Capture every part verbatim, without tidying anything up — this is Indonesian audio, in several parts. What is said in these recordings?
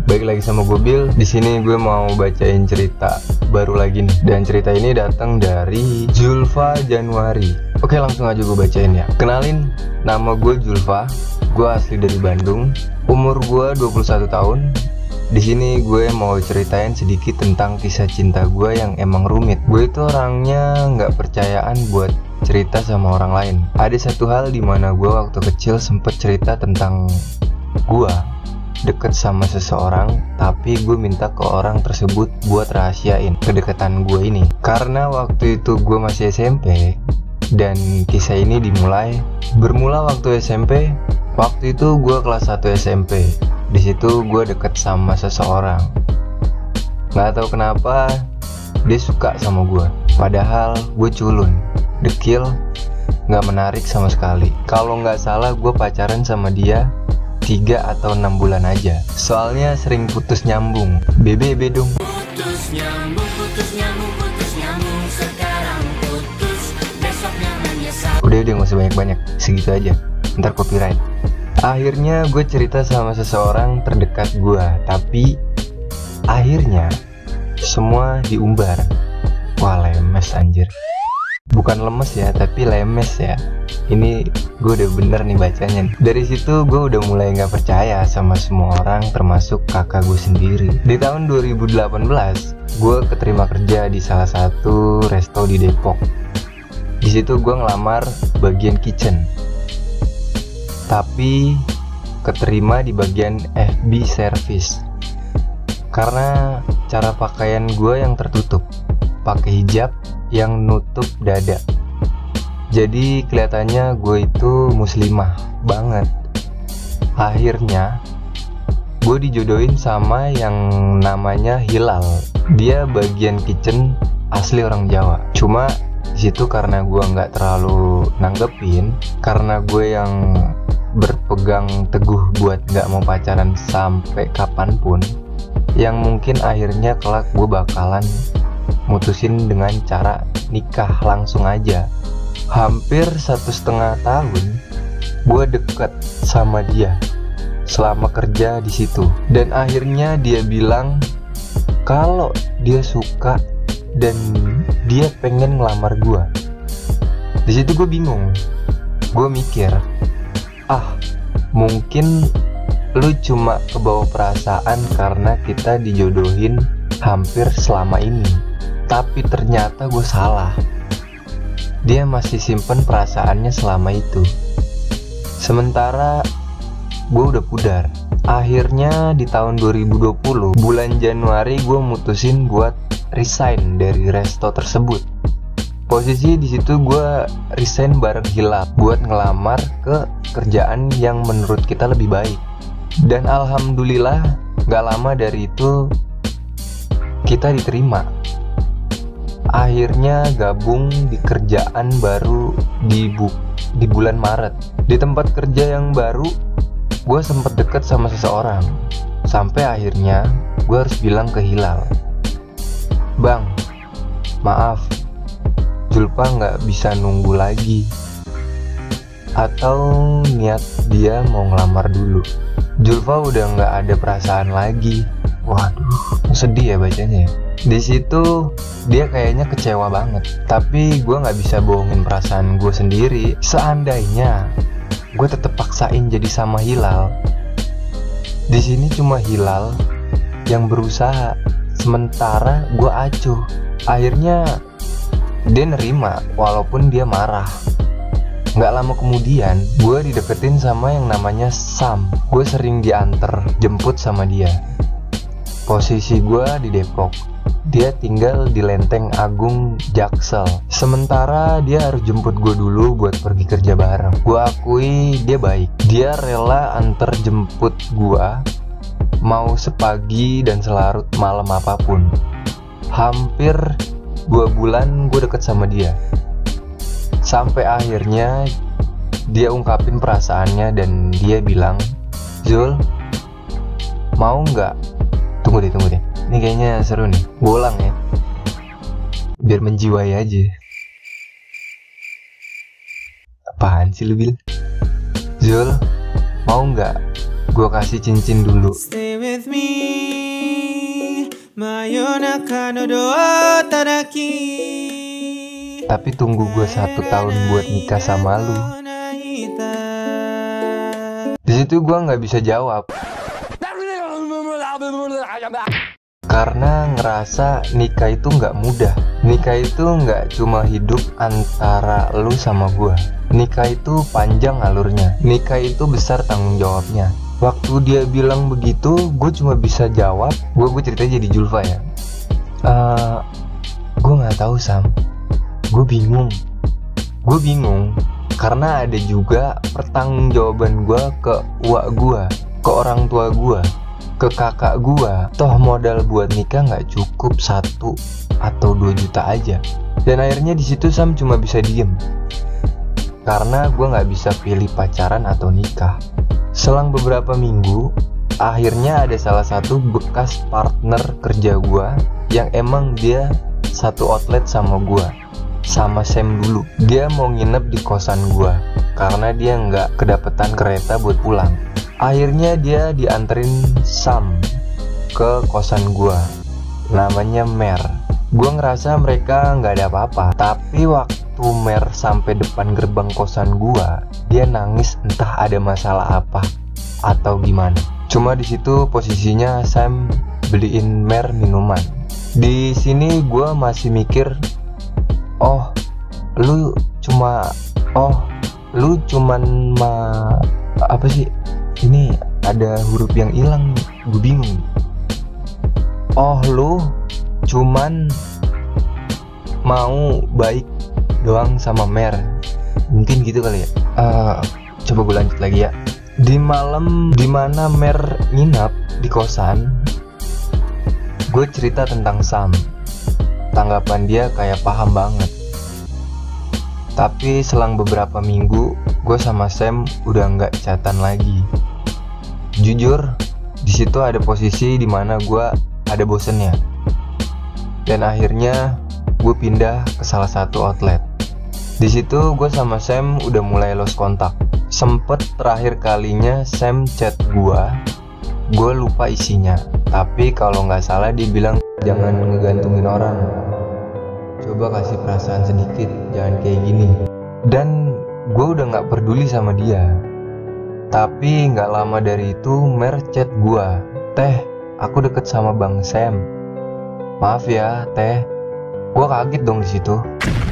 Baik lagi sama gue Bill. Di sini gue mau bacain cerita baru lagi nih. Dan cerita ini datang dari Zulfa Januari. Oke, langsung aja gue bacain ya. Kenalin, nama gue Zulfa. Gue asli dari Bandung. Umur gue dua puluh satu tahun. Di sini gue mau ceritain sedikit tentang kisah cinta gue yang emang rumit. Gue itu orangnya nggak percayaan buat cerita sama orang lain. Ada satu hal dimana gue waktu kecil sempet cerita tentang gue deket sama seseorang, tapi gue minta ke orang tersebut buat rahasiain kedekatan gue ini. Karena waktu itu gue masih S M P, dan kisah ini dimulai bermula waktu S M P. Waktu itu gue kelas satu S M P. Di situ gue deket sama seseorang. Gak tahu kenapa dia suka sama gue. Padahal gue culun, dekil, gak menarik sama sekali. Kalau gak salah gue pacaran sama dia tiga atau enam bulan aja. Soalnya sering putus nyambung. B B B dong. Putus nyambung, putus nyambung, putus nyambung. Sekarang putus, besoknya menyesal. Udah udah gak usah banyak-banyak, segitu aja, ntar copyright. Akhirnya gue cerita sama seseorang terdekat gue, tapi akhirnya semua diumbar. Wah, lemes anjir. Bukan lemes ya, tapi lemes ya. Ini gue udah bener nih bacanya. Dari situ gue udah mulai gak percaya sama semua orang, termasuk kakak gue sendiri. Di tahun dua ribu delapan belas, gue keterima kerja di salah satu resto di Depok. Di situ gue ngelamar bagian kitchen, tapi keterima di bagian F B service. Karena cara pakaian gue yang tertutup, pakai hijab yang nutup dada, jadi kelihatannya gue itu muslimah banget. Akhirnya gue dijodohin sama yang namanya Hilal. Dia bagian kitchen, asli orang Jawa. Cuma disitu karena gue nggak terlalu nanggepin, karena gue yang berpegang teguh buat gak mau pacaran sampai kapanpun, yang mungkin akhirnya kelak gue bakalan mutusin dengan cara nikah langsung aja. Hampir satu setengah tahun gue deket sama dia selama kerja di situ, dan akhirnya dia bilang kalau dia suka dan dia pengen ngelamar gue. Di situ gue bingung, gue mikir, ah mungkin lu cuma kebawa perasaan karena kita dijodohin hampir selama ini. Tapi ternyata gue salah. Dia masih simpen perasaannya selama itu. Sementara gue udah pudar. Akhirnya di tahun dua ribu dua puluh, bulan Januari, gue mutusin buat resign dari resto tersebut. Posisi di situ gue resign bareng Hilal buat ngelamar ke kerjaan yang menurut kita lebih baik. Dan alhamdulillah gak lama dari itu kita diterima. Akhirnya gabung di kerjaan baru di, bu di bulan Maret. Di tempat kerja yang baru gue sempet deket sama seseorang. Sampai akhirnya gue harus bilang ke Hilal, "Bang, maaf, Zulfa nggak bisa nunggu lagi, atau niat dia mau ngelamar dulu." Zulfa udah nggak ada perasaan lagi. Waduh, sedih ya bacanya. Di situ dia kayaknya kecewa banget, tapi gue nggak bisa bohongin perasaan gue sendiri. Seandainya gue tetap paksain jadi sama Hilal, di sini cuma Hilal yang berusaha, sementara gue acuh. Akhirnya dia nerima walaupun dia marah. Nggak lama kemudian gue dideketin sama yang namanya Sam. Gue sering diantar jemput sama dia. Posisi gue di Depok, dia tinggal di Lenteng Agung, Jaksel. Sementara dia harus jemput gue dulu buat pergi kerja bareng. Gue akui dia baik. Dia rela antar jemput gue, mau sepagi dan selarut malam apapun. Hampir dua bulan gue deket sama dia, sampai akhirnya dia ungkapin perasaannya dan dia bilang, "Zul, mau nggak?" Tunggu deh, tunggu deh. Ini kayaknya seru nih. Gue ulang ya, biar menjiwai aja. Apaan sih lu, Bil? "Zul, mau nggak gue kasih cincin dulu?" Stay with me, Mayonaka no doa tadaki. Tapi tunggu gue satu tahun buat nikah sama lu. Di situ gue nggak bisa jawab karena ngerasa nikah itu nggak mudah. Nikah itu nggak cuma hidup antara lu sama gue. Nikah itu panjang alurnya. Nikah itu besar tanggung jawabnya. Waktu dia bilang begitu, gue cuma bisa jawab. Gue gue ceritanya jadi Julfa ya. Uh, gue nggak tahu Sam. Gue bingung. Gue bingung karena ada juga pertanggungjawaban gue ke uak gue, ke orang tua gue, ke kakak gua. Toh modal buat nikah nggak cukup satu atau dua juta aja. Dan akhirnya di situ Sam cuma bisa diem karena gua nggak bisa pilih pacaran atau nikah. Selang beberapa minggu, akhirnya ada salah satu bekas partner kerja gua yang emang dia satu outlet sama gua, sama Sam dulu. Dia mau nginep di kosan gua karena dia nggak kedapetan kereta buat pulang. Akhirnya dia dianterin Sam ke kosan gua, namanya Mer. Gua ngerasa mereka nggak ada apa-apa, tapi waktu Mer sampai depan gerbang kosan gua, dia nangis entah ada masalah apa atau gimana. Cuma di situ posisinya Sam beliin Mer minuman. Di sini gua masih mikir, oh lu cuma, oh lu cuman ma apa sih? Ini ada huruf yang hilang, gue bingung. Oh lu cuman mau baik doang sama Mer, mungkin gitu kali ya. Uh, coba gue lanjut lagi ya. Di malam dimana Mer nginap di kosan, gue cerita tentang Sam. Tanggapan dia kayak paham banget. Tapi selang beberapa minggu, gue sama Sam udah nggak chatan lagi. Jujur, di situ ada posisi dimana gue ada bosennya. Dan akhirnya gue pindah ke salah satu outlet. Di situ gue sama Sam udah mulai lost kontak. Sempet terakhir kalinya Sam chat gue, gue lupa isinya. Tapi kalau nggak salah dia bilang jangan ngegantungin orang. Coba kasih perasaan sedikit, jangan kayak gini. Dan gue udah nggak peduli sama dia. Tapi nggak lama dari itu Mer chat gue, teh, aku deket sama Bang Sam. Maaf ya, teh. Gue kaget dong di situ.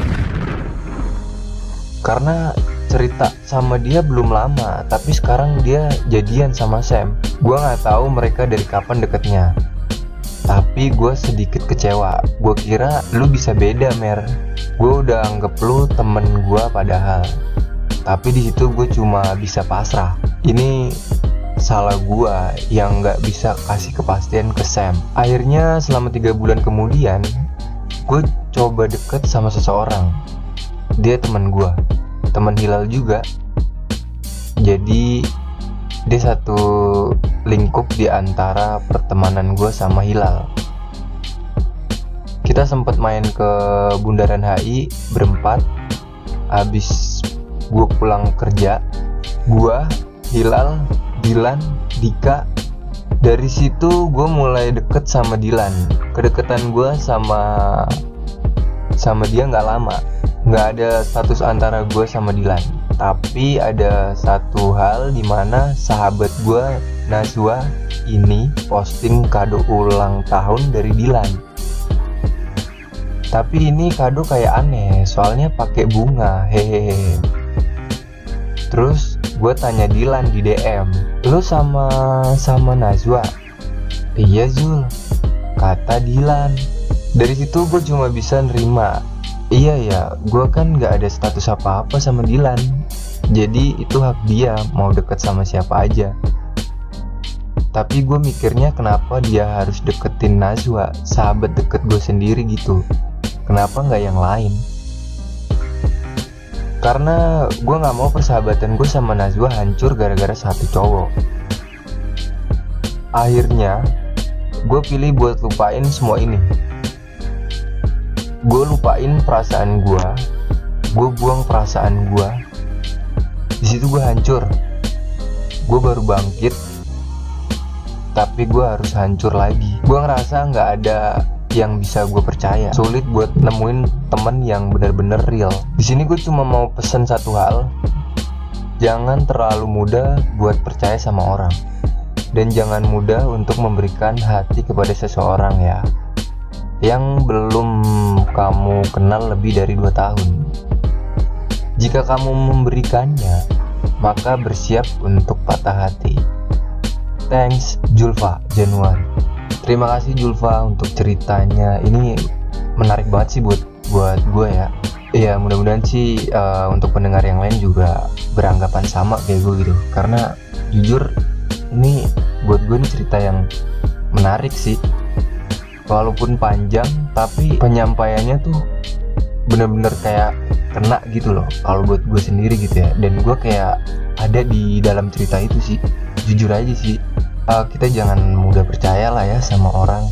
Karena cerita sama dia belum lama, tapi sekarang dia jadian sama Sam. Gue nggak tahu mereka dari kapan deketnya. Tapi gue sedikit kecewa. Gue kira lu bisa beda, Mer. Gue udah anggap lu temen gue padahal. Tapi di situ gue cuma bisa pasrah. Ini salah gue yang nggak bisa kasih kepastian ke Sam. Akhirnya selama tiga bulan kemudian, gue coba deket sama seseorang. Dia teman gue, teman Hilal juga. Jadi dia satu lingkup di antara pertemanan gue sama Hilal. Kita sempat main ke Bundaran H I berempat. Abis gue pulang kerja, gue, Hilal, Dilan, Dika. Dari situ gue mulai deket sama Dilan. Kedeketan gue sama sama dia nggak lama. Nggak ada status antara gue sama Dilan. Tapi ada satu hal dimana sahabat gue, Najwa, ini posting kado ulang tahun dari Dilan. Tapi ini kado kayak aneh, soalnya pakai bunga, hehehe. Terus gue tanya Dilan di D M, lu sama sama Najwa? Iya Zul, kata Dilan. Dari situ gue cuma bisa nerima. Iya ya, gue kan gak ada status apa-apa sama Dilan. Jadi itu hak dia mau deket sama siapa aja. Tapi gue mikirnya kenapa dia harus deketin Najwa, sahabat deket gue sendiri gitu. Kenapa gak yang lain? Karena gue gak mau persahabatan gue sama Najwa hancur gara-gara satu cowok. Akhirnya gue pilih buat lupain semua ini. Gue lupain perasaan gue, gue buang perasaan gue. Di situ gue hancur. Gue baru bangkit tapi gue harus hancur lagi. Gue ngerasa nggak ada yang bisa gue percaya, sulit buat nemuin temen yang bener-bener real. Di sini gue cuma mau pesen satu hal, jangan terlalu mudah buat percaya sama orang, dan jangan mudah untuk memberikan hati kepada seseorang ya, yang belum kamu kenal lebih dari dua tahun. Jika kamu memberikannya, maka bersiap untuk patah hati. Thanks, Julfa Januari. Terima kasih Julfa untuk ceritanya. Ini menarik banget sih buat buat gue ya. Iya, mudah-mudahan sih uh, untuk pendengar yang lain juga beranggapan sama kayak gue gitu. Karena jujur ini buat gue ini cerita yang menarik sih. Walaupun panjang, tapi penyampaiannya tuh bener-bener kayak kena gitu loh kalau buat gue sendiri gitu ya. Dan gue kayak ada di dalam cerita itu sih. Jujur aja sih, uh, kita jangan mudah percaya lah ya sama orang.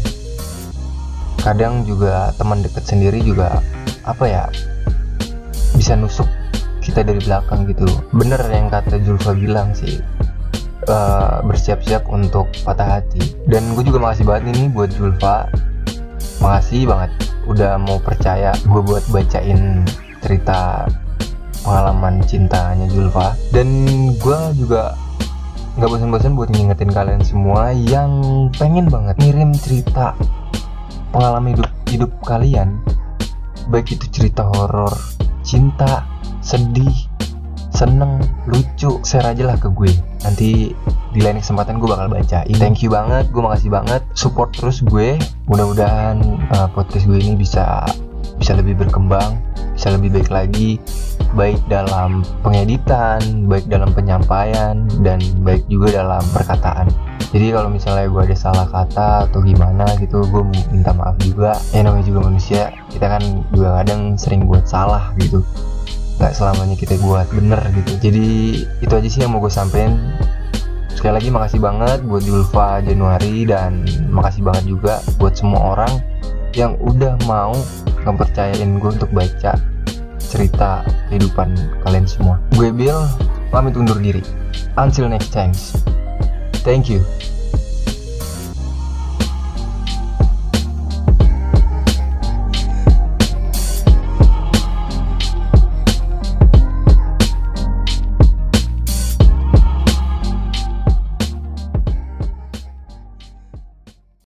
Kadang juga teman dekat sendiri juga apa ya, bisa nusuk kita dari belakang gitu. Bener yang kata Julfa bilang sih, uh, bersiap-siap untuk patah hati. Dan gue juga makasih banget ini buat Julfa, makasih banget udah mau percaya gue buat bacain cerita pengalaman cintanya Julfa. Dan gue juga gak bosan-bosan buat ngingetin kalian semua yang pengen banget ngirim cerita pengalaman hidup hidup kalian, baik itu cerita horor, cinta, sedih, seneng, lucu, share aja lah ke gue. Nanti di lain kesempatan gue bakal bacain. Thank you banget, gue makasih banget. Support terus gue. Mudah-mudahan uh, podcast gue ini bisa bisa lebih berkembang, bisa lebih baik lagi, baik dalam pengeditan, baik dalam penyampaian, dan baik juga dalam perkataan. Jadi kalau misalnya gue ada salah kata atau gimana gitu, gue minta maaf juga. Ya namanya juga manusia, kita kan juga kadang sering buat salah gitu, gak selamanya kita buat bener gitu. Jadi itu aja sih yang mau gue sampein. Sekali lagi makasih banget buat Julfa Januari, dan makasih banget juga buat semua orang yang udah mau ngepercayain gue untuk baca cerita kehidupan kalian semua. Gue Bill, pamit undur diri. Until next time. Thank you.